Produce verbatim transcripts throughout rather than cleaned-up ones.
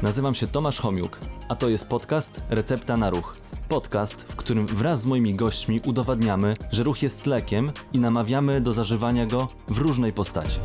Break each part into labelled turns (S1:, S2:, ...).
S1: Nazywam się Tomasz Homiuk, a to jest podcast Recepta na ruch. Podcast, w którym wraz z moimi gośćmi udowadniamy, że ruch jest lekiem i namawiamy do zażywania go w różnej postaci.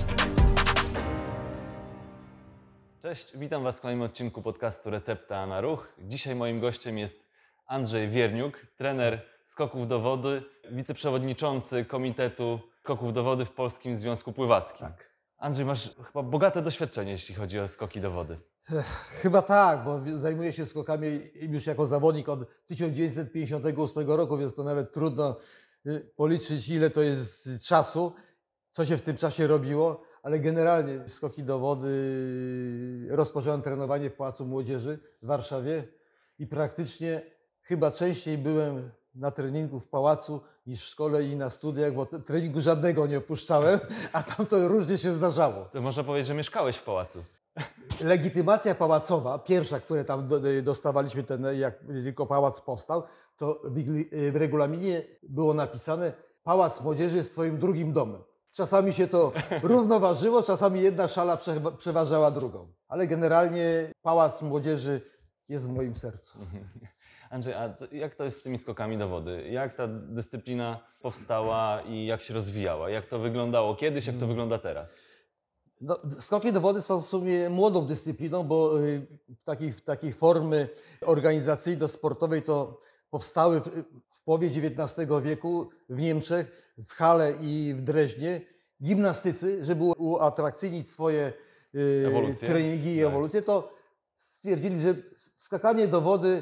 S1: Cześć, witam Was w kolejnym odcinku podcastu Recepta na ruch. Dzisiaj moim gościem jest Andrzej Wierniuk, trener skoków do wody, wiceprzewodniczący Komitetu Skoków do Wody w Polskim Związku Pływackim.
S2: Tak.
S1: Andrzej, masz chyba bogate doświadczenie, jeśli chodzi o skoki do wody.
S2: Chyba tak, bo zajmuję się skokami już jako zawodnik od tysiąc dziewięćset pięćdziesiątego ósmego roku, więc to nawet trudno policzyć, ile to jest czasu, co się w tym czasie robiło, ale generalnie skoki do wody rozpocząłem trenowanie w Pałacu Młodzieży w Warszawie i praktycznie chyba częściej byłem na treningu w pałacu niż w szkole i na studiach, bo treningu żadnego nie opuszczałem, a tam to różnie się zdarzało.
S1: To można powiedzieć, że mieszkałeś w pałacu.
S2: Legitymacja pałacowa, pierwsza, które tam dostawaliśmy, ten, jak tylko pałac powstał, to w regulaminie było napisane: Pałac Młodzieży jest twoim drugim domem. Czasami się to równoważyło, czasami jedna szala przeważała drugą. Ale generalnie Pałac Młodzieży jest w moim sercu.
S1: Andrzej, a jak to jest z tymi skokami do wody? Jak ta dyscyplina powstała i jak się rozwijała? Jak to wyglądało kiedyś, jak to wygląda teraz?
S2: No, skoki do wody są w sumie młodą dyscypliną, bo w takiej, w takiej formy organizacyjno-sportowej to powstały w, w połowie dziewiętnastego wieku w Niemczech, w Halle i w Dreźnie gimnastycy, żeby uatrakcyjnić swoje
S1: Ewolucje.
S2: treningi i ewolucje, to stwierdzili, że skakanie do wody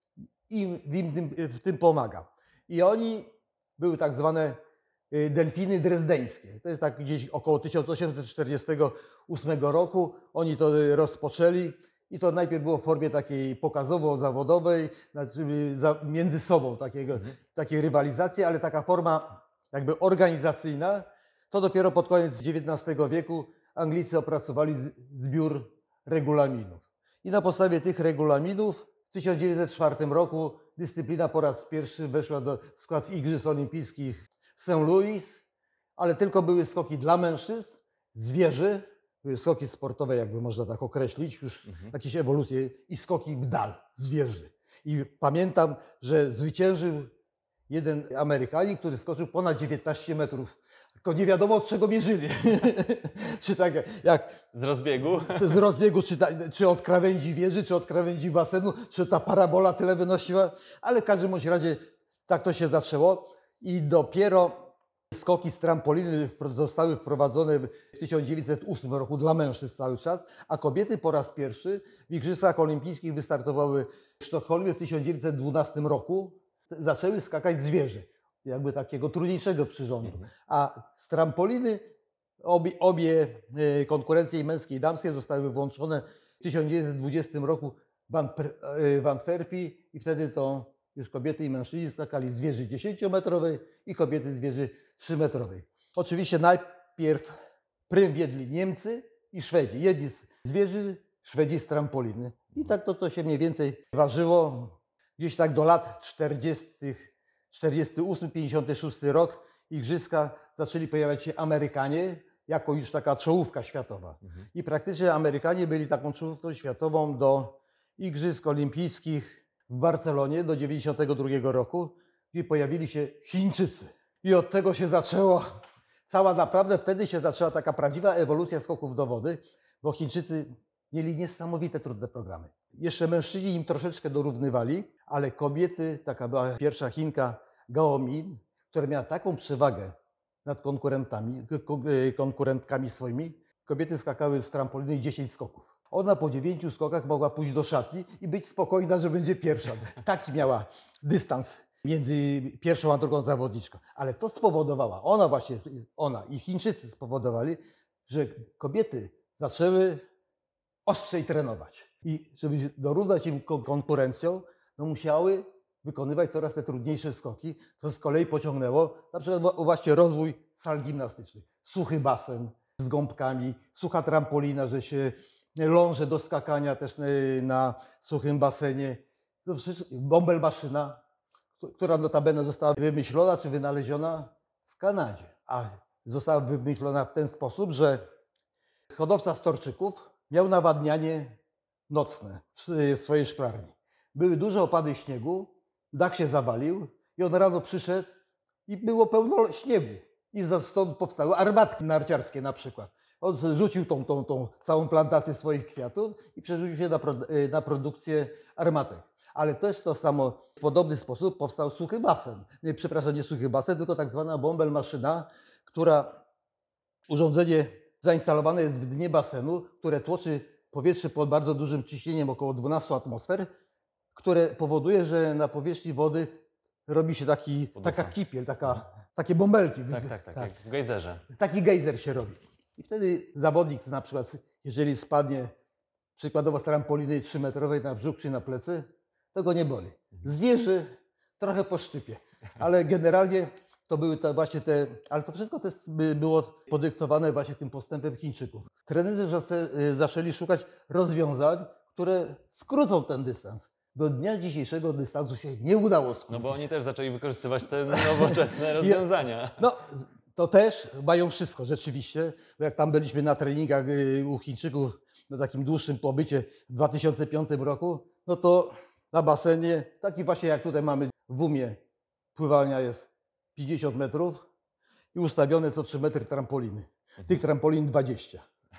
S2: im w, im w tym pomaga. I oni były tak zwane delfiny drezdeńskie. To jest tak gdzieś około tysiąc osiemset czterdziestego ósmego roku. Oni to rozpoczęli i to najpierw było w formie takiej pokazowo-zawodowej, znaczy między sobą takiego, mhm. takiej rywalizacji, ale taka forma jakby organizacyjna, to dopiero pod koniec dziewiętnastego wieku Anglicy opracowali zbiór regulaminów. I na podstawie tych regulaminów w tysiąc dziewięćset czwartym roku dyscyplina po raz pierwszy weszła do składu Igrzysk Olimpijskich w Saint Louis, ale tylko były skoki dla mężczyzn, z wieży, były skoki sportowe, jakby można tak określić, już mhm. jakieś ewolucje, i skoki w dal, z wieży. I pamiętam, że zwyciężył jeden Amerykanin, który skoczył ponad dziewiętnaście metrów. Tylko nie wiadomo, od czego mierzyli. Czy tak jak...
S1: Z rozbiegu?
S2: Z rozbiegu, czy, czy od krawędzi wieży, czy od krawędzi basenu, czy ta parabola tyle wynosiła. Ale w każdym bądź razie tak to się zaczęło. I dopiero skoki z trampoliny zostały wprowadzone w tysiąc dziewięćset ósmym roku dla mężczyzn cały czas, a kobiety po raz pierwszy w Igrzyskach Olimpijskich wystartowały w Sztokholmie w tysiąc dziewięćset dwunastym roku. Zaczęły skakać z wieży, jakby takiego trudniejszego przyrządu. Mhm. A z trampoliny obie, obie konkurencje męskie i damskie zostały włączone w tysiąc dziewięćset dwudziestym roku w Antwerpii i wtedy to już kobiety i mężczyźni skakali z wieży dziesięciometrowej i kobiety z wieży trzymetrowej. Oczywiście najpierw prym wiedli Niemcy i Szwedzi. Jedni z wieży, Szwedzi z trampoliny. I tak to, to się mniej więcej ważyło. Gdzieś tak do lat czterdziestych, czterdziesty ósmy, pięćdziesiąty szósty rok igrzyska zaczęli pojawiać się Amerykanie jako już taka czołówka światowa. Mhm. I praktycznie Amerykanie byli taką czołówką światową do Igrzysk Olimpijskich w Barcelonie do dziewięćdziesiątego drugiego roku, gdzie pojawili się Chińczycy. I od tego się zaczęło, cała naprawdę wtedy się zaczęła taka prawdziwa ewolucja skoków do wody, bo Chińczycy mieli niesamowite trudne programy. Jeszcze mężczyźni im troszeczkę dorównywali, ale kobiety, taka była pierwsza Chinka Gao Min, która miała taką przewagę nad konkurentami, konkurentkami swoimi, kobiety skakały z trampoliny dziesięć skoków. Ona po dziewięciu skokach mogła pójść do szatni i być spokojna, że będzie pierwsza. Taki miała dystans między pierwszą a drugą zawodniczką. Ale to spowodowała, ona właśnie, ona i Chińczycy spowodowali, że kobiety zaczęły ostrzej trenować. I żeby dorównać im konkurencją, no musiały wykonywać coraz te trudniejsze skoki, co z kolei pociągnęło na przykład właśnie rozwój sal gimnastycznych. Suchy basen z gąbkami, sucha trampolina, że się ląże do skakania też na suchym basenie. Bąbel maszyna, która notabene została wymyślona czy wynaleziona w Kanadzie. A została wymyślona w ten sposób, że hodowca storczyków miał nawadnianie nocne w swojej szklarni. Były duże opady śniegu, dach się zawalił i on rano przyszedł i było pełno śniegu. I stąd powstały armatki narciarskie na przykład. On rzucił tą, tą, tą całą plantację swoich kwiatów i przerzucił się na, pro, na produkcję armatek. Ale też to samo, w podobny sposób powstał suchy basen. Nie, przepraszam, nie suchy basen, tylko tak zwana bąbel maszyna, która urządzenie zainstalowane jest w dnie basenu, które tłoczy powietrze pod bardzo dużym ciśnieniem, około dwunastu atmosfer, które powoduje, że na powierzchni wody robi się taki, taka kipiel, taka, takie bąbelki.
S1: Tak, tak, tak, jak w gejzerze.
S2: Taki gejzer się robi. I wtedy zawodnik na przykład, jeżeli spadnie przykładowo z trampoliny trzymetrowej na brzuch czy na plecy, to go nie boli. Zwierzy trochę poszczypie, ale generalnie to były te właśnie te, ale to wszystko też było podyktowane właśnie tym postępem Chińczyków. Trenerzy zaczęli szukać rozwiązań, które skrócą ten dystans. Do dnia dzisiejszego dystansu się nie udało skrócić.
S1: No bo oni też zaczęli wykorzystywać te nowoczesne rozwiązania.
S2: No, to też mają wszystko rzeczywiście, bo jak tam byliśmy na treningach u Chińczyków na takim dłuższym pobycie w dwa tysiące piątym roku, no to na basenie, taki właśnie jak tutaj mamy w Umie, pływania jest pięćdziesiąt metrów i ustawione co trzy metry trampoliny. Tych trampolin dwadzieścia.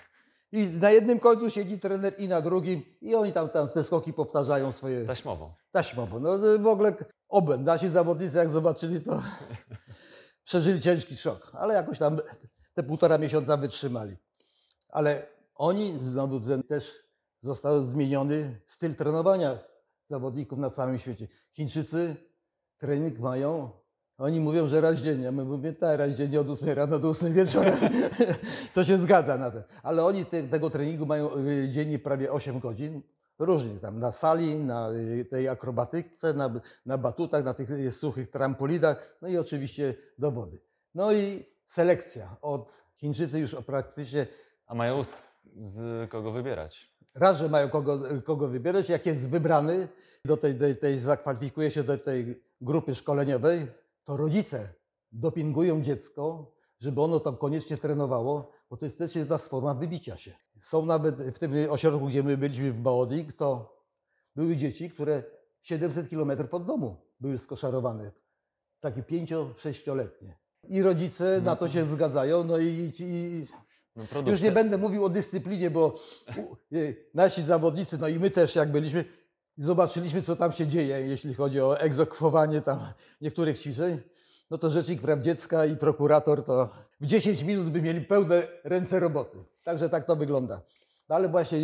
S2: I na jednym końcu siedzi trener i na drugim i oni tam, tam te skoki powtarzają swoje...
S1: Taśmowo.
S2: Taśmowo. No w ogóle obłęd. Nasi zawodnicy jak zobaczyli to przeżyli ciężki szok, ale jakoś tam te półtora miesiąca wytrzymali. Ale oni, znowu ten też został zmieniony styl trenowania zawodników na całym świecie. Chińczycy trening mają, oni mówią, że raz dziennie, a my mówimy, tak, raz dziennie od ósmej rano do ósmej wieczorem. To się zgadza na to. Ale oni te, tego treningu mają dziennie prawie osiem godzin. Różnie tam na sali, na tej akrobatyce, na, na batutach, na tych suchych trampolinach, no i oczywiście do wody. No i selekcja. Od Chińczycy już praktycznie...
S1: A mają z, z kogo wybierać?
S2: Raz, że mają kogo, kogo wybierać, jak jest wybrany, do tej, tej, tej, zakwalifikuje się do tej grupy szkoleniowej, to rodzice dopingują dziecko, żeby ono tam koniecznie trenowało, bo to jest też jedna forma wybicia się. Są nawet w tym ośrodku, gdzie my byliśmy w Baoding, to były dzieci, które siedemset kilometrów od domu były skoszarowane. Takie pięcio-sześcioletnie. I rodzice na to się zgadzają, no i, i
S1: no
S2: już nie będę mówił o dyscyplinie, bo u, nasi zawodnicy, no i my też jak byliśmy, zobaczyliśmy co tam się dzieje, jeśli chodzi o egzekwowanie tam niektórych ćwiczeń, no to Rzecznik Praw Dziecka i prokurator to w dziesięć minut by mieli pełne ręce roboty. Także tak to wygląda. No ale właśnie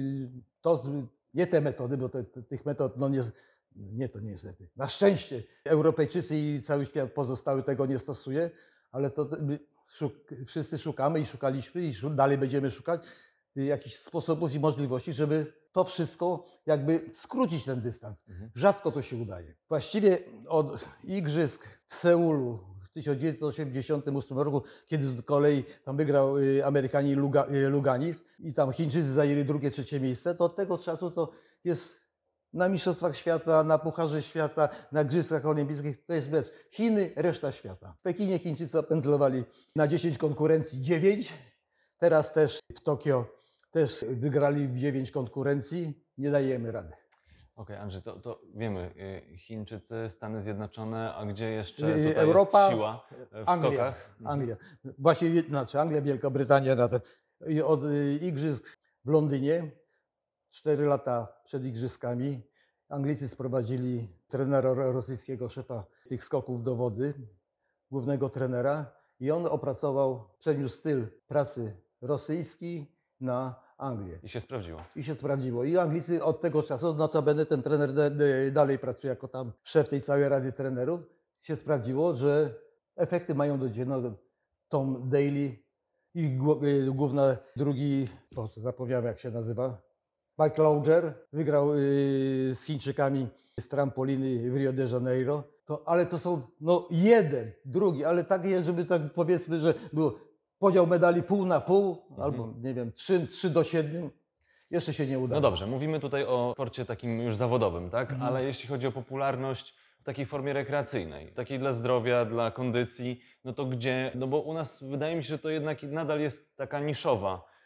S2: to, nie te metody, bo te, tych metod, no nie, nie to nie jest lepiej. Na szczęście Europejczycy i cały świat pozostały tego nie stosuje, ale to my szuk, wszyscy szukamy i szukaliśmy i dalej będziemy szukać jakichś sposobów i możliwości, żeby to wszystko jakby skrócić ten dystans.
S1: Mhm.
S2: Rzadko to się udaje. Właściwie od igrzysk w Seulu w tysiąc dziewięćset osiemdziesiątym ósmym roku, kiedy z kolei tam wygrał Amerykanin Luganis i tam Chińczycy zajęli drugie, trzecie miejsce, to od tego czasu to jest na Mistrzostwach Świata, na Pucharze Świata, na Igrzyskach Olimpijskich, to jest mecz Chiny, reszta świata. W Pekinie Chińczycy opędzlowali na dziesięć konkurencji dziewięć, teraz też w Tokio też wygrali w dziewięć konkurencji, nie dajemy rady.
S1: Okej, okay, Andrzej, to, to wiemy, Chińczycy, Stany Zjednoczone, a gdzie jeszcze tutaj
S2: Europa,
S1: jest siła w
S2: Anglia,
S1: skokach?
S2: Anglia. Właśnie, znaczy Anglia, Wielka Brytania na ten. Od igrzysk w Londynie, cztery lata przed igrzyskami, Anglicy sprowadzili trenera rosyjskiego, szefa tych skoków do wody, głównego trenera i on opracował, przeniósł styl pracy rosyjski na Anglię.
S1: I się sprawdziło.
S2: I się sprawdziło. I Anglicy od tego czasu, notabene ten trener dalej pracuje jako tam szef tej całej Rady Trenerów, się sprawdziło, że efekty mają do dzisiaj. No, Tom Daly, ich główna, drugi, o, zapomniałem jak się nazywa, Mike Lauger, wygrał z Chińczykami z trampoliny w Rio de Janeiro. To, ale to są no jeden, drugi, ale tak jest, żeby tak powiedzmy, że było podział medali pół na pół, mhm. albo nie wiem, trzy, trzy do siedmiu, jeszcze się nie udało.
S1: No dobrze, mówimy tutaj o sporcie takim już zawodowym, tak?
S2: Mhm.
S1: Ale jeśli chodzi o popularność w takiej formie rekreacyjnej, takiej dla zdrowia, dla kondycji, no to gdzie, no bo u nas wydaje mi się, że to jednak nadal jest taka niszowa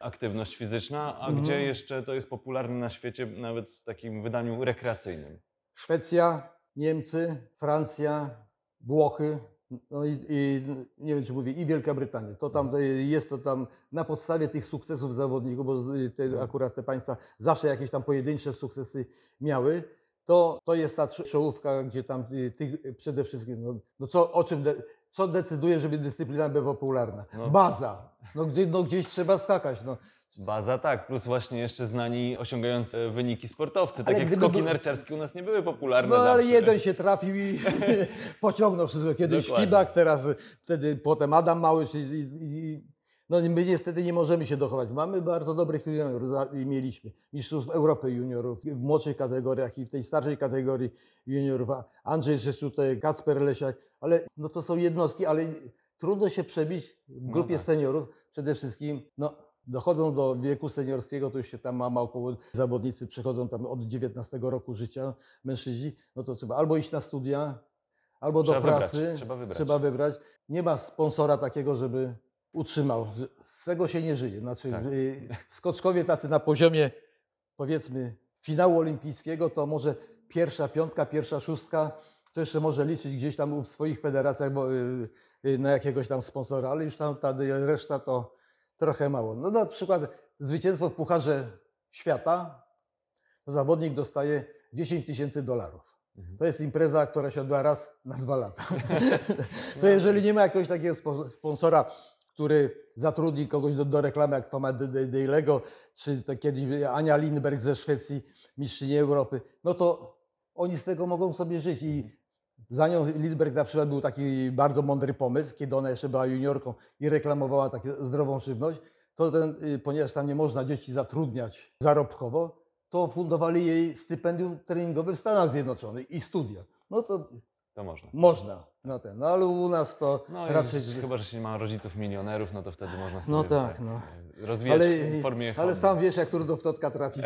S1: aktywność fizyczna, a
S2: Mhm.
S1: gdzie jeszcze to jest popularne na świecie, nawet w takim wydaniu rekreacyjnym?
S2: Szwecja, Niemcy, Francja, Włochy, no i, i nie wiem, czy mówię, i Wielka Brytania. To tam y, jest to tam na podstawie tych sukcesów zawodników, bo y, te,
S1: Mhm.
S2: akurat te państwa zawsze jakieś tam pojedyncze sukcesy miały. To, to jest ta czo- czołówka, gdzie tam y, tych, przede wszystkim, no, no co, o czym, de, co decyduje, żeby dyscyplina była popularna?
S1: No.
S2: Baza. No, gdzie, no gdzieś trzeba skakać. No.
S1: Baza tak, plus właśnie jeszcze znani osiągający e, wyniki sportowcy. Tak
S2: Ale
S1: jak
S2: gdyby
S1: skoki
S2: był-
S1: narciarskie u nas nie były popularne
S2: No ale
S1: zawsze.
S2: jeden się trafił i pociągnął wszystko. Kiedyś
S1: Dokładnie.
S2: Fibak, teraz wtedy potem Adam Małysz i, i, i no my niestety nie możemy się dochować. Mamy bardzo dobrych juniorów za- i mieliśmy mistrzów Europy juniorów w młodszych kategoriach i w tej starszej kategorii juniorów. A Andrzej Rzeszutek, Kacper Lesiak, ale no to są jednostki, ale trudno się przebić w
S1: No
S2: grupie
S1: tak.
S2: seniorów. Przede wszystkim no, dochodzą do wieku seniorskiego, to już się tam ma, ma około, zawodnicy przechodzą tam od dziewiętnastego roku życia, mężczyźni, no to trzeba albo iść na studia, albo do
S1: Trzeba wybrać,
S2: pracy.
S1: trzeba wybrać.
S2: Trzeba wybrać. Nie ma sponsora takiego, żeby utrzymał. Z- Z tego się nie żyje. Znaczy,
S1: Tak.
S2: y, skoczkowie tacy na poziomie, powiedzmy, finału olimpijskiego, to może pierwsza piątka, pierwsza szóstka, to jeszcze może liczyć gdzieś tam w swoich federacjach bo, y, y, na jakiegoś tam sponsora, ale już tam ta reszta to trochę mało. No na przykład zwycięstwo w Pucharze Świata, to zawodnik dostaje dziesięć tysięcy dolarów.
S1: Mhm.
S2: To jest impreza, która się odbywa raz na dwa lata. To jeżeli nie ma jakiegoś takiego spo- sponsora, który zatrudni kogoś do, do reklamy, jak Toma De- De- Deilego, czy to kiedyś Ania Lindberg ze Szwecji, mistrzyni Europy, no to oni z tego mogą sobie żyć. I za nią Lindberg na przykład był taki bardzo mądry pomysł, kiedy ona jeszcze była juniorką i reklamowała taką zdrową żywność, to ten, y, ponieważ tam nie można dzieci zatrudniać zarobkowo, to fundowali jej stypendium treningowe w Stanach Zjednoczonych i studia. No to
S1: To można.
S2: można na ten, no ale u nas to
S1: No i
S2: raczej...
S1: chyba, że się nie ma rodziców milionerów, no to wtedy można sobie
S2: No tak,
S1: tutaj,
S2: no.
S1: e, rozwijać
S2: Ale,
S1: w formie
S2: ale
S1: hobby.
S2: sam wiesz, jak trudno w totka trafić.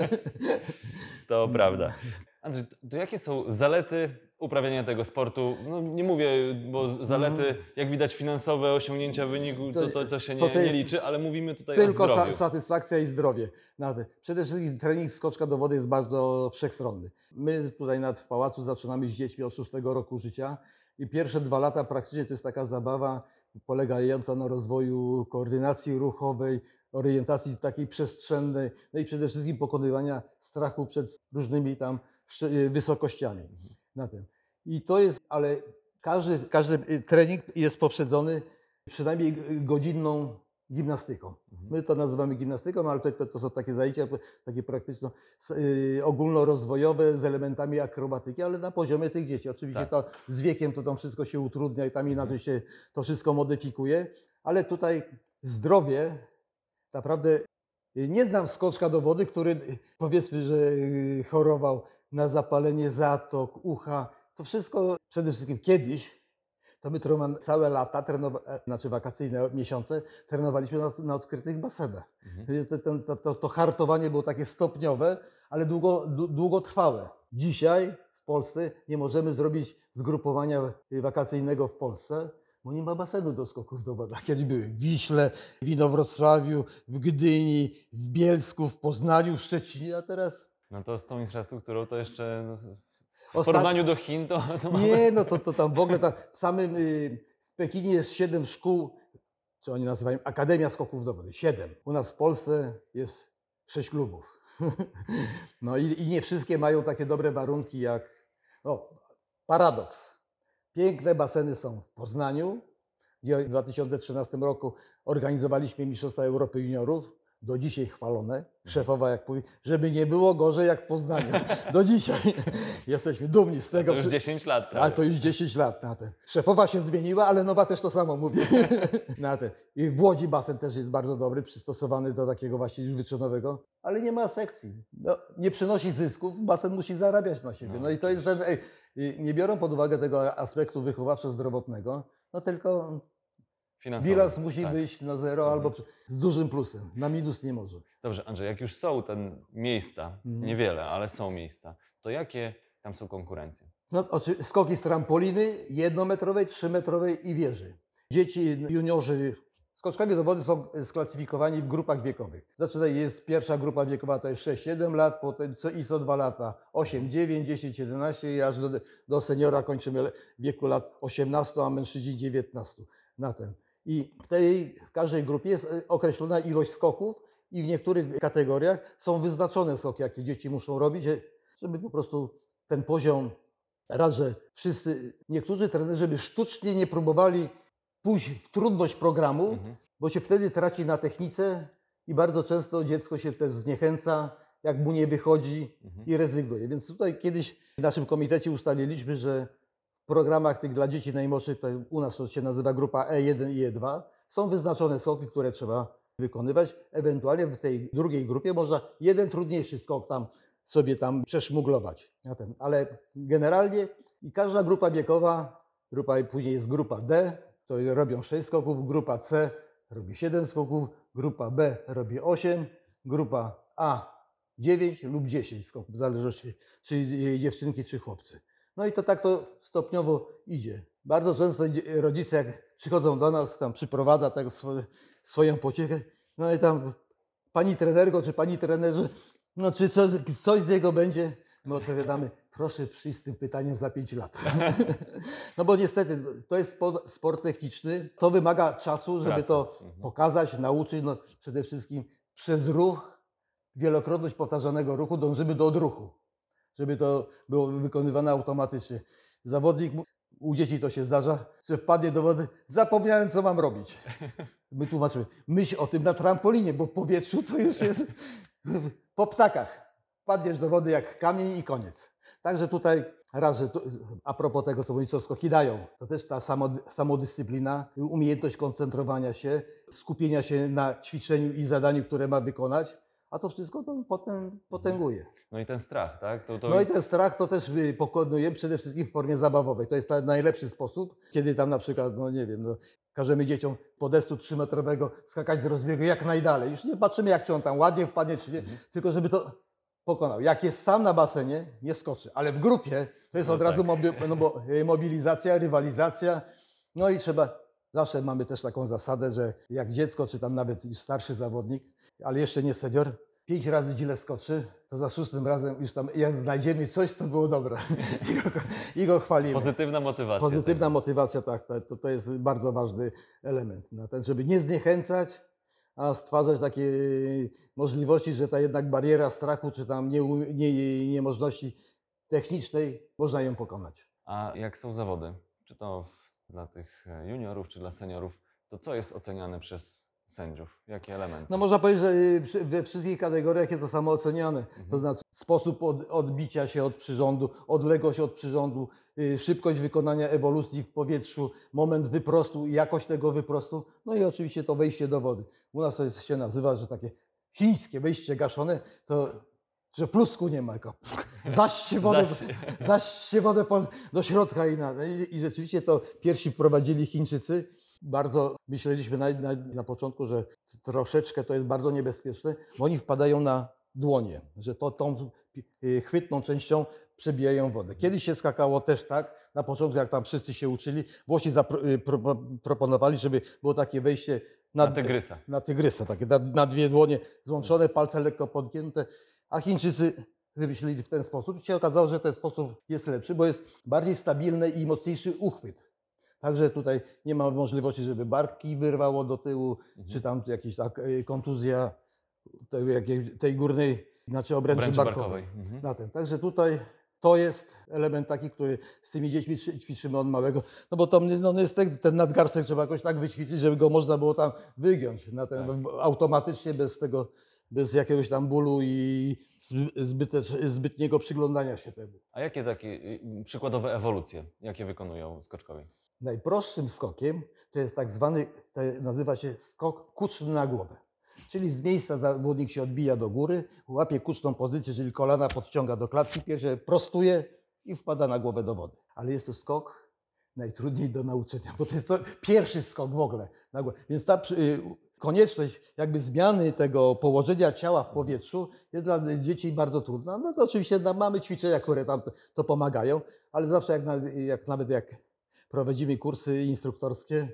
S1: To prawda. Andrzej, to jakie są zalety uprawiania tego sportu? No nie mówię, bo z- zalety, jak widać finansowe, osiągnięcia wyniku, to, to, to się
S2: To-
S1: nie,
S2: to jest
S1: nie liczy, ale mówimy tutaj
S2: Tylko
S1: o
S2: sa
S1: zdrowiu.
S2: satysfakcja i zdrowie. Na te- Przede wszystkim trening skoczka do wody jest bardzo wszechstronny. My tutaj nad w pałacu zaczynamy z dziećmi od szóstego roku życia i pierwsze dwa lata praktycznie to jest taka zabawa polegająca na rozwoju koordynacji ruchowej, orientacji takiej przestrzennej, no i przede wszystkim pokonywania strachu przed różnymi tam szcze- wysokościami. Na tym. I to jest, ale każdy, każdy trening jest poprzedzony przynajmniej godzinną gimnastyką. My to nazywamy gimnastyką, ale to, to, to są takie zajęcia takie praktyczno yy, ogólnorozwojowe z elementami akrobatyki, ale na poziomie tych dzieci. Oczywiście
S1: Tak.
S2: to z wiekiem to tam wszystko się utrudnia i tam inaczej się to wszystko modyfikuje, ale tutaj zdrowie naprawdę yy, nie znam skoczka do wody, który yy, powiedzmy, że yy, chorował na zapalenie zatok, ucha. To wszystko przede wszystkim kiedyś to my trenowa- całe lata, trenowa- znaczy wakacyjne miesiące, trenowaliśmy na, na odkrytych basenach.
S1: Mhm.
S2: To, to, to, to, to hartowanie było takie stopniowe, ale długo, dłu- długotrwałe. Dzisiaj w Polsce nie możemy zrobić zgrupowania wakacyjnego w Polsce, bo nie ma basenu do skoków do wody. Kiedyś były w Wiśle, w Inowrocławiu, w Gdyni, w Bielsku, w Poznaniu, w Szczecinie, a teraz...
S1: No to z tą infrastrukturą to jeszcze no, w
S2: Ostat-
S1: porównaniu do Chin to, to mamy...
S2: Nie, no to, to tam w ogóle tam w samym y, w Pekinie jest siedem szkół, co oni nazywają Akademia Skoków do Wody. Siedem. U nas w Polsce jest sześć klubów. No i, i nie wszystkie mają takie dobre warunki jak. No, paradoks. Piękne baseny są w Poznaniu, gdzie w dwa tysiące trzynastym roku organizowaliśmy Mistrzostwa Europy Juniorów. Do dzisiaj chwalone. Szefowa jak mówi, żeby nie było gorzej jak w Poznaniu. Do dzisiaj. Jesteśmy dumni z tego.
S1: To już dziesięć lat.
S2: Ale
S1: prawie.
S2: to już dziesięć lat na ten. Szefowa się zmieniła, ale nowa też to samo mówi. Na ten. I w Łodzi basen też jest bardzo dobry, przystosowany do takiego właśnie już wyczynowego, ale nie ma sekcji. No, nie przynosi zysków, basen musi zarabiać na siebie.
S1: No,
S2: No i to jest ten, ej, i nie biorą pod uwagę tego aspektu wychowawczo-zdrowotnego, no tylko
S1: Finansowo.
S2: bilans musi
S1: Tak.
S2: być na zero
S1: Mhm.
S2: albo z dużym plusem. Na minus nie może.
S1: Dobrze, Andrzej, jak już są te miejsca,
S2: Mhm.
S1: niewiele, ale są miejsca, to jakie tam są konkurencje?
S2: No, oczy- skoki z trampoliny jednometrowej, trzymetrowej i wieży. Dzieci, juniorzy Skoczkowie do wody są sklasyfikowani w grupach wiekowych. Zaczyna jest pierwsza grupa wiekowa, to jest sześć siedem lat, potem co i co dwa lata osiem dziewięć dziesięć jedenaście i aż do, do seniora kończymy w wieku lat osiemnastu, a mężczyźni dziewiętnastu na ten. I w tej w każdej grupie jest określona ilość skoków i w niektórych kategoriach są wyznaczone skoki, jakie dzieci muszą robić, żeby po prostu ten poziom, raz, że wszyscy, niektórzy trenerzy by sztucznie nie próbowali pójść w trudność programu,
S1: Mhm.
S2: bo się wtedy traci na technice i bardzo często dziecko się też zniechęca, jak mu nie wychodzi
S1: Mhm.
S2: i rezygnuje. Więc tutaj kiedyś w naszym komitecie ustaliliśmy, że w programach tych dla dzieci najmłodszych, to u nas to się nazywa grupa E jeden i E dwa, są wyznaczone skoki, które trzeba wykonywać. Ewentualnie w tej drugiej grupie można jeden trudniejszy skok tam sobie tam przeszmuglować. Na ten. Ale generalnie i każda grupa wiekowa, grupa później jest grupa D, to robią sześć skoków, grupa C robi siedem skoków, grupa B robi osiem, grupa A dziewięć lub dziesięć skoków, w zależności czy dziewczynki, czy chłopcy. No i to tak to stopniowo idzie. Bardzo często rodzice, jak przychodzą do nas, tam przyprowadza tak swoje, swoją pociechę, no i tam pani trenerko, czy pani trenerze, no czy coś, coś z niego będzie? My odpowiadamy, proszę przyjść z tym pytaniem za pięć lat. No bo niestety to jest sport techniczny, to wymaga czasu, żeby
S1: Pracy.
S2: to
S1: Mhm.
S2: pokazać, nauczyć. No przede wszystkim przez ruch, wielokrotność powtarzanego ruchu dążymy do odruchu, żeby to było wykonywane automatycznie. Zawodnik, u dzieci to się zdarza, że wpadnie do wody, zapomniałem co mam robić. My tłumaczymy, myśl o tym na trampolinie, bo w powietrzu to już jest po ptakach. Wpadniesz do wody jak kamień i koniec. Także tutaj raz, że to, a propos tego, co mówię, co skoki dają, to też ta samo, samodyscyplina, umiejętność koncentrowania się, skupienia się na ćwiczeniu i zadaniu, które ma wykonać, a to wszystko to potem potęguje.
S1: No i ten strach, tak? To, to...
S2: No i ten strach to też pokonuje przede wszystkim w formie zabawowej. To jest ten najlepszy sposób, kiedy tam na przykład, no nie wiem, no, każemy dzieciom podestu trzymetrowego skakać z rozbiegu jak najdalej. Już nie patrzymy, jak czy on tam ładnie wpadnie, czy nie,
S1: Mhm.
S2: tylko żeby to pokonał. Jak jest sam na basenie, nie skoczy, ale w grupie to jest
S1: No
S2: od razu
S1: tak.
S2: mobi- no bo, y, mobilizacja, rywalizacja. No i trzeba, zawsze mamy też taką zasadę, że jak dziecko, czy tam nawet już starszy zawodnik, ale jeszcze nie senior, pięć razy źle skoczy, to za szóstym razem już tam jak znajdziemy coś, co było dobre i go, i go chwalimy.
S1: Pozytywna motywacja.
S2: Pozytywna motywacja, tak, to, to jest bardzo ważny element. Na ten, żeby nie zniechęcać, a stwarzać takie możliwości, że ta jednak bariera strachu, czy tam nie, nie, niemożności technicznej, można ją pokonać.
S1: A jak są zawody, czy to w, dla tych juniorów, czy dla seniorów, to co jest oceniane przez sędziów? Jakie elementy?
S2: No można powiedzieć, że przy- we wszystkich kategoriach jest to samo oceniane.
S1: Mhm.
S2: To znaczy sposób od, odbicia się od przyrządu, odległość od przyrządu, y, szybkość wykonania ewolucji w powietrzu, moment wyprostu i jakość tego wyprostu, no i oczywiście to wejście do wody. U nas to jest, się nazywa, że takie chińskie wejście gaszone, to że plusku nie ma, tylko zaście wodę,
S1: Zaś-
S2: zaście wodę po, do środka i, na, i, i rzeczywiście to pierwsi wprowadzili Chińczycy. Bardzo myśleliśmy na, na, na początku, że troszeczkę to jest bardzo niebezpieczne, bo oni wpadają na dłonie, że to tą y, chwytną częścią przebijają wodę. Kiedyś się skakało też tak, na początku jak tam wszyscy się uczyli, Włosi zapro, y, pro, proponowali, żeby było takie wejście
S1: Na tygrysa.
S2: na tygrysa, takie na, na dwie dłonie złączone, palce lekko podgięte, a Chińczycy wymyślili w ten sposób. I się okazało, że ten sposób jest lepszy, bo jest bardziej stabilny i mocniejszy uchwyt. Także tutaj nie ma możliwości, żeby barki wyrwało do tyłu,
S1: Mhm.
S2: czy tam jakaś tak, y, kontuzja tej, jakiej, tej górnej, znaczy obręczy,
S1: Obręczy
S2: barkowej.
S1: barkowej. Mhm.
S2: Na ten. Także tutaj to jest element taki, który z tymi dziećmi trzy- ćwiczymy od małego, no bo to no, no jest ten, ten nadgarstek trzeba jakoś tak wyćwiczyć, żeby go można było tam wygiąć na ten,
S1: Tak.
S2: w- automatycznie, bez tego, bez jakiegoś tam bólu i zbyt, zbytniego przyglądania się temu.
S1: A jakie takie y, przykładowe ewolucje, jakie wykonują skoczkowie?
S2: Najprostszym skokiem to jest tak zwany, to nazywa się skok kuczny na głowę. Czyli z miejsca zawodnik się odbija do góry, łapie kuczną pozycję, czyli kolana podciąga do klatki piersiowej, prostuje i wpada na głowę do wody. Ale jest to skok najtrudniej do nauczenia, bo to jest to pierwszy skok w ogóle na głowę. Więc ta y, konieczność jakby zmiany tego położenia ciała w powietrzu jest dla dzieci bardzo trudna. No to oczywiście no, mamy ćwiczenia, które tam to, to pomagają, ale zawsze jak, na, jak nawet jak prowadzimy kursy instruktorskie,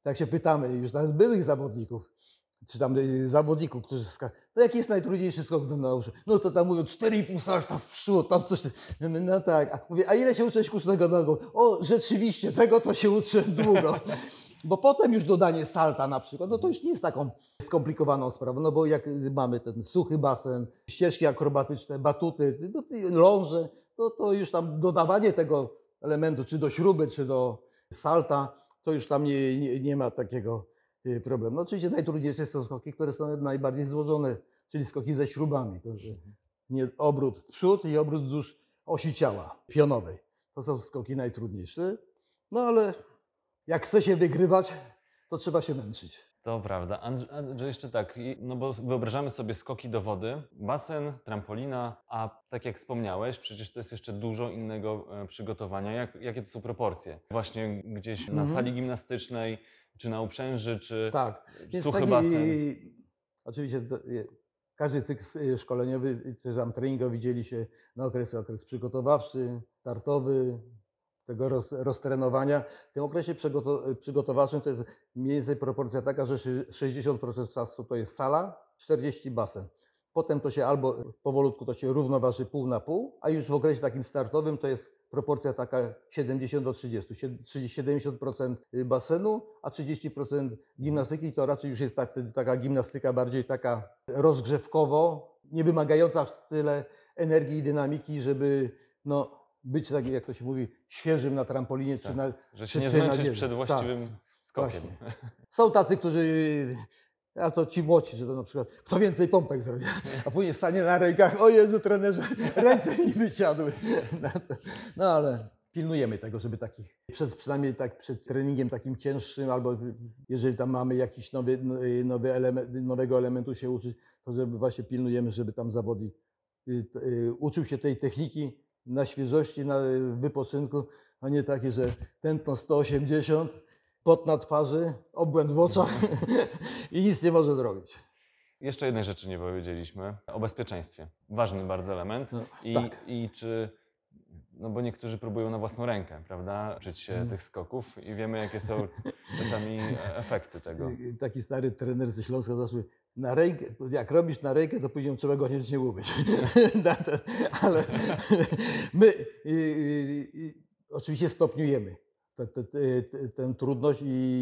S2: tak się pytamy już nawet byłych zawodników, czy tam y, zawodników, którzy skaczą, no jaki jest najtrudniejszy skok do nauczy? No to tam mówią cztery i pół salta w przód, tam coś. Ja mówię, no tak, a mówię, a ile się uczyłeś kusznego nogą? O, rzeczywiście, tego to się uczyłem długo. Bo potem już dodanie salta na przykład, no to już nie jest taką skomplikowaną sprawą, no bo jak mamy ten suchy basen, ścieżki akrobatyczne, batuty, no, ląże, to, to już tam dodawanie tego elementu, czy do śruby, czy do salta, to już tam nie, nie, nie ma takiego y, problemu. No oczywiście najtrudniejsze są skoki, które są najbardziej złożone, czyli skoki ze śrubami. To, że nie, obrót w przód i obrót wzdłuż osi ciała pionowej. To są skoki najtrudniejsze, no ale jak chce się wygrywać, to trzeba się męczyć.
S1: To prawda. Andrzej, Andrzej, jeszcze tak, i- no bo wyobrażamy sobie skoki do wody, basen, trampolina, a tak jak wspomniałeś, przecież to jest jeszcze dużo innego e, przygotowania. Jak, jakie to są proporcje? Właśnie gdzieś na
S2: Mhm.
S1: sali gimnastycznej, czy na uprzęży, czy
S2: Tak, więc
S1: suchy
S2: taki,
S1: basen?
S2: oczywiście to, je- każdy cykl y, szkoleniowy, czy tam treningowy dzieli się na okres, okres przygotowawczy, startowy, tego roz, roztrenowania. W tym okresie przygoto, przygotowawczym to jest mniej więcej proporcja taka, że szy- sześćdziesiąt procent czasu to jest sala, czterdzieści procent basen. Potem to się albo powolutku to się równoważy pół na pół, a już w okresie takim startowym to jest proporcja taka siedemdziesiąt do trzydziestu. Sie- siedemdziesiąt procent basenu, a trzydzieści procent gimnastyki. To raczej już jest tak, wtedy taka gimnastyka bardziej taka rozgrzewkowo, nie wymagająca aż tyle energii i dynamiki, żeby no, być tak, jak to się mówi, świeżym na trampolinie czy
S1: Tak,
S2: na
S1: Że się
S2: czy-
S1: nie
S2: czy na
S1: zmęczysz
S2: wieży.
S1: przed
S2: Tak.
S1: właściwym skokiem.
S2: Właśnie. Są tacy, którzy, a to ci młodzi, że to na przykład kto więcej pompek zrobi, a później stanie na rękach, o Jezu trenerze, ręce mi wysiadły. No ale pilnujemy tego, żeby takich, przed, przynajmniej tak przed treningiem takim cięższym, albo jeżeli tam mamy jakiś nowy, nowy element, nowego elementu się uczyć, to żeby właśnie pilnujemy, żeby tam zawodnik y, y, uczył się tej techniki na świeżości, na wypoczynku, a nie takie, że tętno sto osiemdziesiąt, pot na twarzy, obłęd w oczach i nic nie może zrobić.
S1: Jeszcze jednej rzeczy nie powiedzieliśmy, o bezpieczeństwie. Ważny bardzo element.
S2: No,
S1: I,
S2: tak.
S1: I czy, no bo niektórzy próbują na własną rękę, prawda, uczyć się
S2: Mm.
S1: tych skoków i wiemy, jakie są czasami e, efekty tego.
S2: Y, Taki stary trener ze Śląska zawsze mówi, na rękę, jak robisz na rękę, to później trzeba go nie umyć. Na ten- Ale my y, y, y, oczywiście stopniujemy tę te, te, te, tę trudność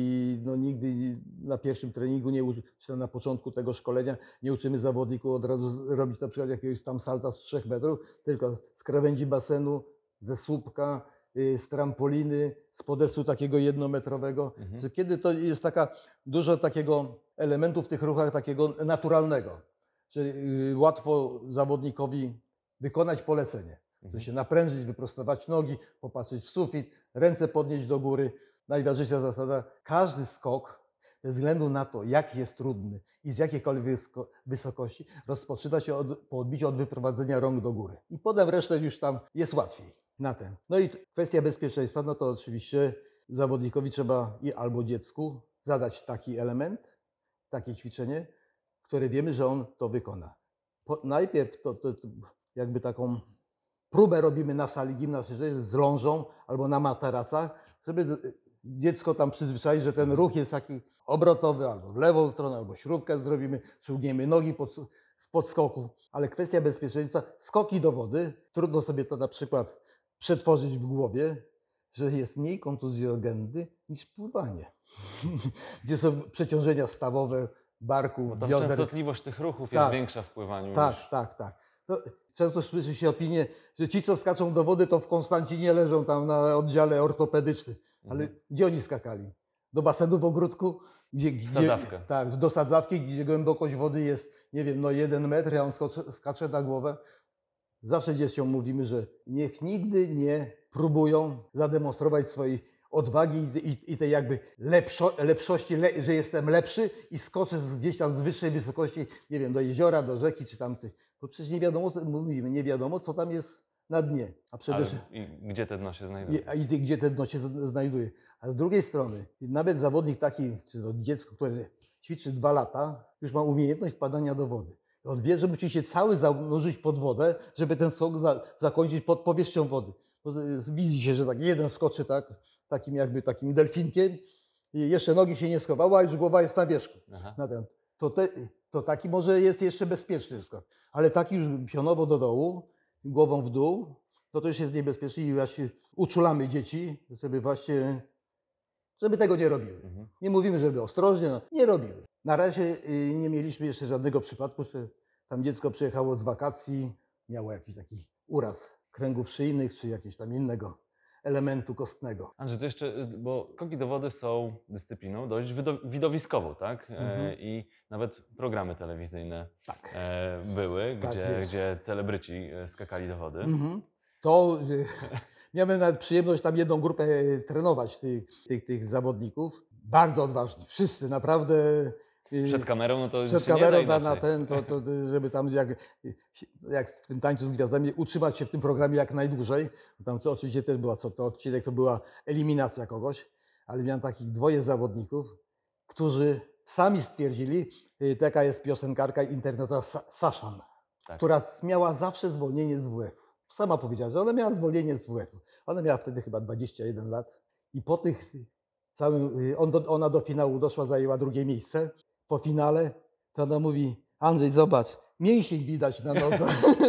S2: i no, nigdy na pierwszym treningu, nie, uczy- czy na początku tego szkolenia nie uczymy zawodników od razu robić na przykład jakiegoś tam salta z trzech metrów, tylko z krawędzi basenu, ze słupka, y, z trampoliny, z podestu takiego jednometrowego.
S1: Mhm.
S2: Że kiedy to jest taka dużo takiego elementu w tych ruchach takiego naturalnego, że y, łatwo zawodnikowi wykonać polecenie.
S1: Mhm.
S2: Że się naprężyć, wyprostować nogi, popatrzeć w sufit, ręce podnieść do góry. Najważniejsza zasada, każdy skok, bez względu na to, jaki jest trudny i z jakiejkolwiek wysko- wysokości, rozpoczyna się od, po odbiciu od wyprowadzenia rąk do góry. I potem resztę już tam jest łatwiej na ten. No i kwestia bezpieczeństwa, no to oczywiście zawodnikowi trzeba i albo dziecku zadać taki element, takie ćwiczenie, które wiemy, że on to wykona. Po, najpierw to, to, to jakby taką próbę robimy na sali gimnastycznej z lążą albo na materacach, żeby dziecko tam przyzwyczaić, że ten ruch jest taki obrotowy, albo w lewą stronę, albo śrubkę zrobimy, ciągniemy nogi pod, w podskoku. Ale kwestia bezpieczeństwa, skoki do wody, trudno sobie to na przykład przetworzyć w głowie, że jest mniej kontuzjogenny niż pływanie, gdzie są przeciążenia stawowe, barku,
S1: Bo tam
S2: bioder.
S1: częstotliwość tych ruchów
S2: Tak.
S1: jest większa w pływaniu
S2: Tak,
S1: niż...
S2: tak, tak. To często słyszy się opinię, że ci, co skaczą do wody, to w Konstancinie leżą tam na oddziale ortopedycznym. Ale
S1: Mhm.
S2: gdzie oni skakali? Do basenu w ogródku? Gdzie, gdzie,
S1: sadzawkę.
S2: Tak, do sadzawki, gdzie głębokość wody jest, nie wiem, no jeden metr, a on skoczy, skacze na głowę. Zawsze dzieciom mówimy, że niech nigdy nie próbują zademonstrować swojej odwagi i, i, i tej jakby lepszo, lepszości, le, że jestem lepszy i skoczę z, gdzieś tam z wyższej wysokości, nie wiem, do jeziora, do rzeki czy tam coś. Bo przecież nie wiadomo, co, mówimy, nie wiadomo, co tam jest na dnie. A przede
S1: Ale
S2: wszystkim
S1: i gdzie te dno się znajdują?
S2: i, i gdzie te dno się z- znajduje. A z drugiej strony, nawet zawodnik taki, czy to dziecko, które ćwiczy dwa lata, już ma umiejętność wpadania do wody. On wie, że musi się cały zanurzyć pod wodę, żeby ten skok za, zakończyć pod powierzchnią wody. Bo z- widzi się, że tak jeden skoczy tak, takim jakby takim delfinkiem, I jeszcze nogi się nie schowały, a już głowa jest na wierzchu.
S1: Aha.
S2: Na ten. To, te, to taki może jest jeszcze bezpieczny skok, ale taki już pionowo do dołu, głową w dół, no to już jest niebezpieczny i właśnie uczulamy dzieci, żeby właśnie, żeby tego nie robiły.
S1: Mhm.
S2: Nie mówimy, żeby ostrożnie, no, nie robiły. Na razie y, nie mieliśmy jeszcze żadnego przypadku, że tam dziecko przyjechało z wakacji, miało jakiś taki uraz kręgów szyjnych czy jakiegoś tam innego elementu kostnego.
S1: Andrzej, to jeszcze, y, bo skoki do wody są dyscypliną dość wido- widowiskową, tak? E,
S2: Mhm.
S1: I nawet programy telewizyjne
S2: Tak.
S1: e, były,
S2: Tak
S1: gdzie,
S2: jest.
S1: gdzie celebryci e, skakali do wody.
S2: Mhm. To y, miałem nawet przyjemność tam jedną grupę trenować tych, tych, tych zawodników. Bardzo odważni, wszyscy naprawdę. y,
S1: Przed kamerą, no to
S2: Przed
S1: się nie
S2: kamerą
S1: da
S2: za, na
S1: inaczej.
S2: ten, to, to, żeby tam jak, jak w tym tańcu z gwiazdami utrzymać się w tym programie jak najdłużej. Tam co oczywiście też była, co to odcinek to była eliminacja kogoś, ale miałem takich dwoje zawodników, którzy sami stwierdzili, y, taka jest piosenkarka internetowa Sa- Saszan,
S1: Tak.
S2: która miała zawsze zwolnienie z W F. Sama powiedziała, że ona miała zwolnienie z W F. Ona miała wtedy chyba dwadzieścia jeden lat i po tych całym, y, on do, ona do finału doszła, zajęła drugie miejsce. Po finale to ona mówi, Andrzej, zobacz, mięsień widać na nodze.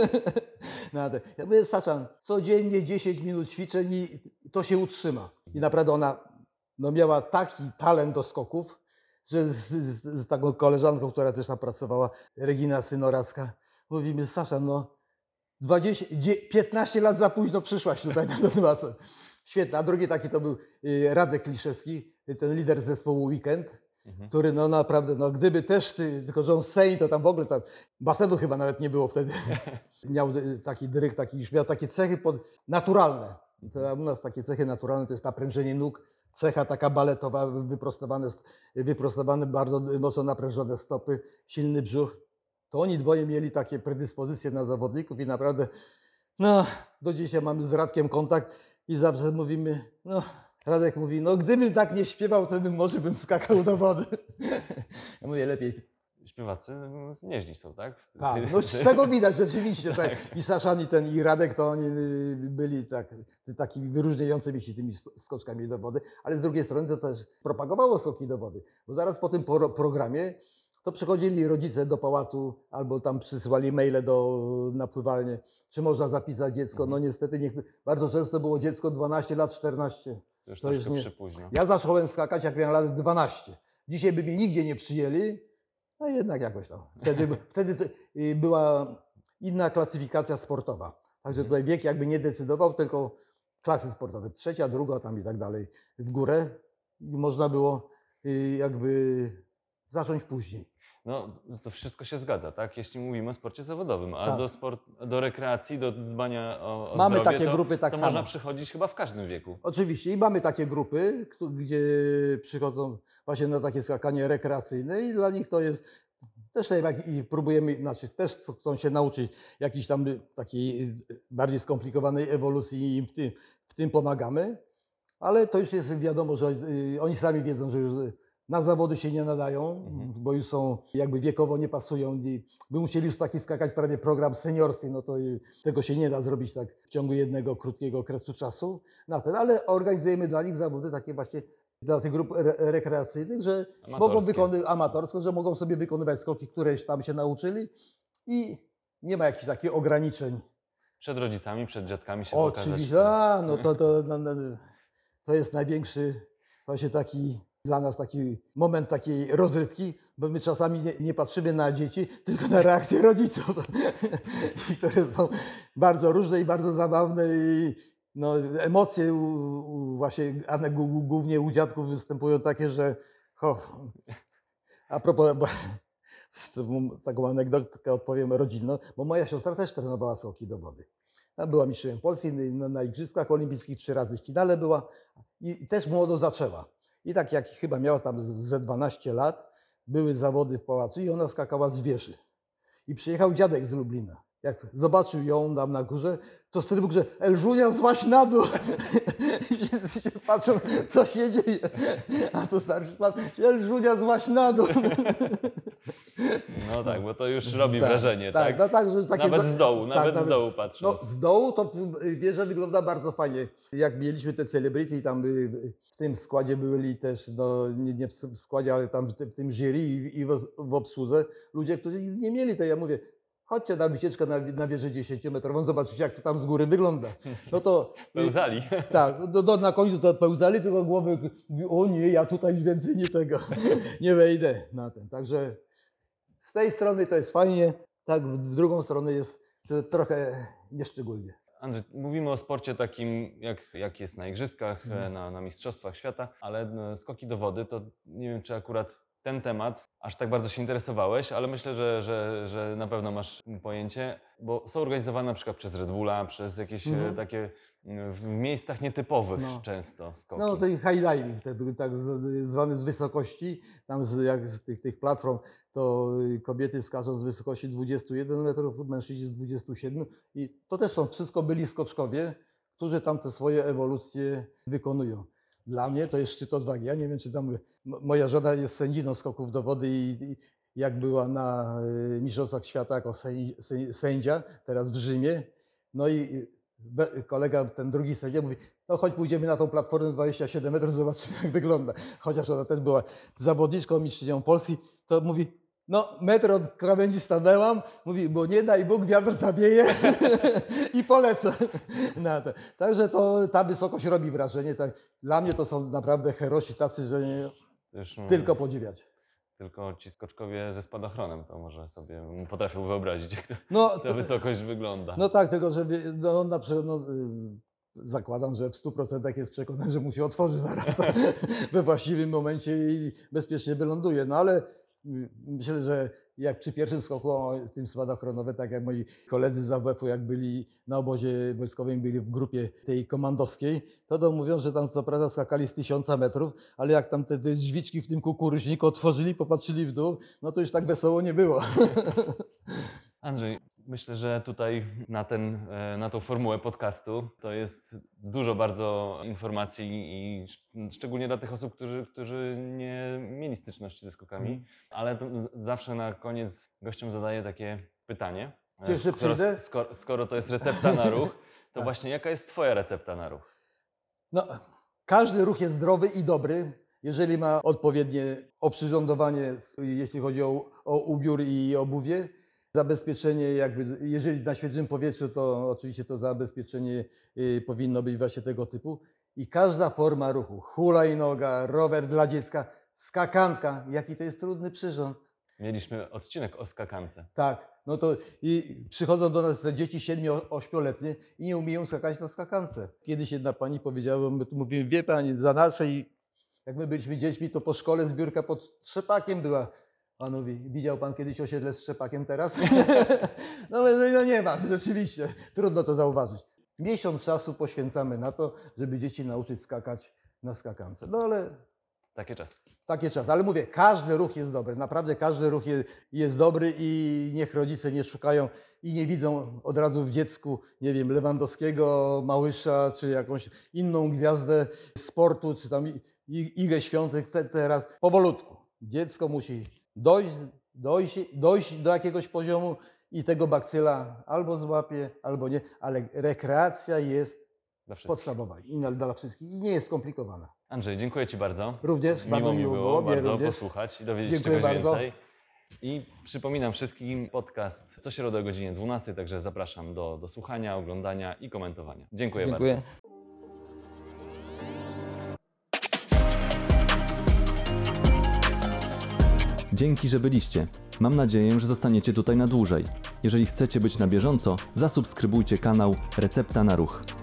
S2: Na te- ja mówię, Saszan, codziennie dziesięć minut ćwiczeń i to się utrzyma. I naprawdę ona no, miała taki talent do skoków, że z, z, z taką koleżanką, która też tam pracowała, Regina Synoracka, mówimy, Sasza, no dwadzieścia, dzie- piętnaście lat za późno przyszłaś tutaj na ten basen. Świetnie. A drugi taki to był y, Radek Kliszewski, y, ten lider zespołu Weekend,
S1: Mhm.
S2: który no naprawdę, no gdyby też, ty, tylko że on Sejn, to tam w ogóle tam basenu chyba nawet nie było wtedy. Miał y, taki dryk, taki, już miał takie cechy pod, naturalne. To u nas takie cechy naturalne to jest naprężenie nóg, cecha taka baletowa, wyprostowane, wyprostowane bardzo mocno naprężone stopy, silny brzuch. To oni dwoje mieli takie predyspozycje na zawodników i naprawdę, no, do dzisiaj mamy z Radkiem kontakt i zawsze mówimy, no, Radek mówi, no gdybym tak nie śpiewał, to bym może bym skakał do wody. Ja mówię, lepiej.
S1: Śpiewacy no, nieźli są, tak? W-
S2: Tak,
S1: ty-
S2: no z tego widać rzeczywiście, tak. I Saszan i ten i Radek to oni y, byli tak, takimi wyróżniającymi się tymi sk- skoczkami do wody, ale z drugiej strony to też propagowało skoki do wody, bo zaraz po tym pro- programie to przychodzili rodzice do pałacu albo tam przysyłali maile do, na pływalnię, czy można zapisać dziecko. No niestety nie, bardzo często było dziecko dwanaście lat, czternaście.
S1: To już
S2: To jest
S1: troszkę
S2: nie-
S1: przypóźno.
S2: Ja zacząłem skakać jak miałem lat dwanaście. Dzisiaj by mnie nigdzie nie przyjęli, a jednak jakoś tam. Wtedy, wtedy to, y, była inna klasyfikacja sportowa. Także
S1: Mhm.
S2: tutaj wiek jakby nie decydował, tylko klasy sportowe. Trzecia, druga tam i tak dalej w górę. I można było y, jakby zacząć później.
S1: No, to wszystko się zgadza, tak? Jeśli mówimy o sporcie zawodowym, a
S2: Tak.
S1: do, sport, do rekreacji, do dbania o, o
S2: Mamy
S1: zdrowie,
S2: takie
S1: to,
S2: grupy tak
S1: to
S2: samo.
S1: można przychodzić chyba w każdym wieku.
S2: Oczywiście i mamy takie grupy, któ- gdzie przychodzą właśnie na takie skakanie rekreacyjne i dla nich to jest też tak jak i próbujemy, znaczy też chcą się nauczyć jakiejś tam takiej bardziej skomplikowanej ewolucji i im w tym, w tym pomagamy, ale to już jest wiadomo, że y, oni sami wiedzą, że już na zawody się nie nadają,
S1: Mhm.
S2: bo już są jakby wiekowo nie pasują i by musieli już taki skakać prawie program seniorski, no to y, tego się nie da zrobić tak w ciągu jednego krótkiego okresu czasu na ten, ale organizujemy dla nich zawody takie właśnie dla tych grup re rekreacyjnych, że mogą
S1: Amatorskie.
S2: wykonywać amatorsko, że mogą sobie wykonywać skoki, które tam się nauczyli i nie ma jakichś takich ograniczeń.
S1: Przed rodzicami, przed dziadkami się pokazać.
S2: Oczywiście, a, no to, to, no, no, to jest największy właśnie taki dla nas taki moment takiej rozrywki, bo my czasami nie, nie patrzymy na dzieci, tylko na reakcje rodziców, które są bardzo różne i bardzo zabawne i no, emocje u, u właśnie, a na- gu- głównie u dziadków występują takie, że ho, a propos, bo, to mam taką anegdotkę odpowiem rodzinną, bo moja siostra też trenowała skoki do wody. Tam była mistrzem Polski na, na Igrzyskach Olimpijskich, trzy razy w finale była i, i też młodo zaczęła. I tak jak chyba miała tam ze dwanaście lat, były zawody w pałacu i ona skakała z wieży. I przyjechał dziadek z Lublina. Jak zobaczył ją tam na górze, to z trybu grze, Elżunia, złaź na dół. I wszyscy się patrzą, co się dzieje. A to starszy pan, Elżunia, złaź na dół.
S1: No tak, bo to już robi
S2: Tak,
S1: wrażenie,
S2: tak?
S1: tak?
S2: No tak, że takie
S1: Nawet
S2: za-
S1: z dołu,
S2: tak,
S1: nawet z
S2: nawet-
S1: dołu patrząc.
S2: No z dołu to wieża wygląda bardzo fajnie. Jak mieliśmy te celebrity i tam y, w tym składzie byli też, no nie, nie w składzie, ale tam w tym, w tym jury i, i w, w obsłudze ludzie, którzy nie mieli tej, ja mówię, chodźcie na wycieczkę na, na wieżę dziesięciometrową, zobaczycie jak to tam z góry wygląda. No to...
S1: Pełzali.
S2: Tak, do, do, na końcu to pełzali, tylko głowy, mówi, o nie, ja tutaj więcej nie tego, nie wejdę na ten. Także z tej strony to jest fajnie, tak w, w drugą stronę jest to trochę nieszczególnie.
S1: Andrzej, mówimy o sporcie takim, jak, jak jest na igrzyskach,
S2: Mhm.
S1: na, na Mistrzostwach Świata, ale no, skoki do wody, to nie wiem, czy akurat ten temat aż tak bardzo się interesowałeś, ale myślę, że, że, że na pewno masz pojęcie, bo są organizowane na przykład przez Red Bulla, przez jakieś e,
S2: Mhm.
S1: takie m, w miejscach nietypowych
S2: No.
S1: często skoki.
S2: No to i high diving, te, tak z- zwany z wysokości, tam z, jak z tych, tych platform, to kobiety skaczą z wysokości dwudziestu jeden metrów, mężczyźni z dwudziestu siedmiu i to też są wszystko byli skoczkowie, którzy tam te swoje ewolucje wykonują. Dla mnie to jest szczyt odwagi. Ja nie wiem, czy tam m- moja żona jest sędziną skoków do wody i, i jak była na y, Mistrzostwach Świata jako sędzi- sę- sędzia, teraz w Rzymie, no i be- kolega, ten drugi sędzia mówi, no chodź pójdziemy na tą platformę dwadzieścia siedem metrów, zobaczymy jak wygląda. Chociaż ona też była zawodniczką, mistrzynią Polski, to mówi, no metr od krawędzi stanęłam, mówi, bo nie daj Bóg, wiatr zawieje i polecę. Na to. Także to, ta wysokość robi wrażenie. Tak. Dla mnie to są naprawdę herosi tacy, że nie,
S1: To już, mm,
S2: tylko podziwiać.
S1: tylko ci skoczkowie ze spadochronem to może sobie potrafią wyobrazić, jak to,
S2: No,
S1: ta
S2: to,
S1: wysokość wygląda.
S2: no tak, tylko że wie- no, na przykład, no, y, zakładam, że w stu procentach jest przekonany, że mu się otworzy zaraz to, we właściwym momencie i bezpiecznie wyląduje. No ale y, myślę, że jak przy pierwszym skoku o tym spadochronowym, tak jak moi koledzy z A W F-u, jak byli na obozie wojskowym, byli w grupie tej komandowskiej, to, to mówią, że tam co prawda skakali z tysiąca metrów, ale jak tam te, te drzwiczki w tym kukuryźniku otworzyli, popatrzyli w dół, no to już tak wesoło nie było.
S1: Andrzej, myślę, że tutaj na, ten, e, na tą formułę podcastu to jest dużo bardzo informacji i sz- szczególnie dla tych osób, którzy, którzy nie mieli styczności ze skokami,
S2: Mhm.
S1: ale to z- zawsze na koniec gościom zadaję takie pytanie. E,
S2: Czy jeszcze
S1: skoro,
S2: przyjdę?
S1: skoro, skoro to jest recepta na ruch, to
S2: Tak.
S1: właśnie jaka jest twoja recepta na ruch?
S2: No, każdy ruch jest zdrowy i dobry, jeżeli ma odpowiednie oprzyrządowanie, jeśli chodzi o, o ubiór i obuwie. Zabezpieczenie, jakby, jeżeli na świeżym powietrzu, to oczywiście to zabezpieczenie y, powinno być właśnie tego typu. I każda forma ruchu, hulajnoga, rower dla dziecka, skakanka, jaki to jest trudny przyrząd.
S1: Mieliśmy odcinek o skakance.
S2: Tak, no to i przychodzą do nas te dzieci siedmiu-ośmioletnie i nie umieją skakać na skakance. Kiedyś jedna pani powiedziała, my tu mówimy, wie pani, za naszej, jak my byliśmy dziećmi, to po szkole zbiórka pod Trzepakiem była. Pan mówi, widział pan kiedyś osiedle z Trzepakiem teraz? No, my- no nie ma, rzeczywiście, trudno to zauważyć. Miesiąc czasu poświęcamy na to, żeby dzieci nauczyć skakać na skakance. No ale
S1: Takie czasy.
S2: takie czasy. Ale mówię, każdy ruch jest dobry. Naprawdę każdy ruch jest, jest dobry i niech rodzice nie szukają i nie widzą od razu w dziecku, nie wiem, Lewandowskiego, Małysza, czy jakąś inną gwiazdę sportu, czy tam I- I- Igę Świątek. Te, teraz powolutku. Dziecko musi dojść, dojść, dojść do jakiegoś poziomu i tego bakcyla albo złapie, albo nie, ale rekreacja jest
S1: Dla wszystkich.
S2: podstawowa i na- dla wszystkich i nie jest skomplikowana.
S1: Andrzej, dziękuję Ci bardzo.
S2: Również, bardzo
S1: mi
S2: miło
S1: było
S2: było, mnie
S1: bardzo
S2: również.
S1: posłuchać i dowiedzieć się
S2: Dziękuję
S1: czegoś
S2: bardzo.
S1: więcej. I przypominam wszystkim podcast co środę o godzinie dwunastej, także zapraszam do, do słuchania, oglądania i komentowania. Dziękuję, bardzo.
S2: Dziękuję.
S3: Dzięki, że byliście. Mam nadzieję, że zostaniecie tutaj na dłużej. Jeżeli chcecie być na bieżąco, zasubskrybujcie kanał Recepta na Ruch.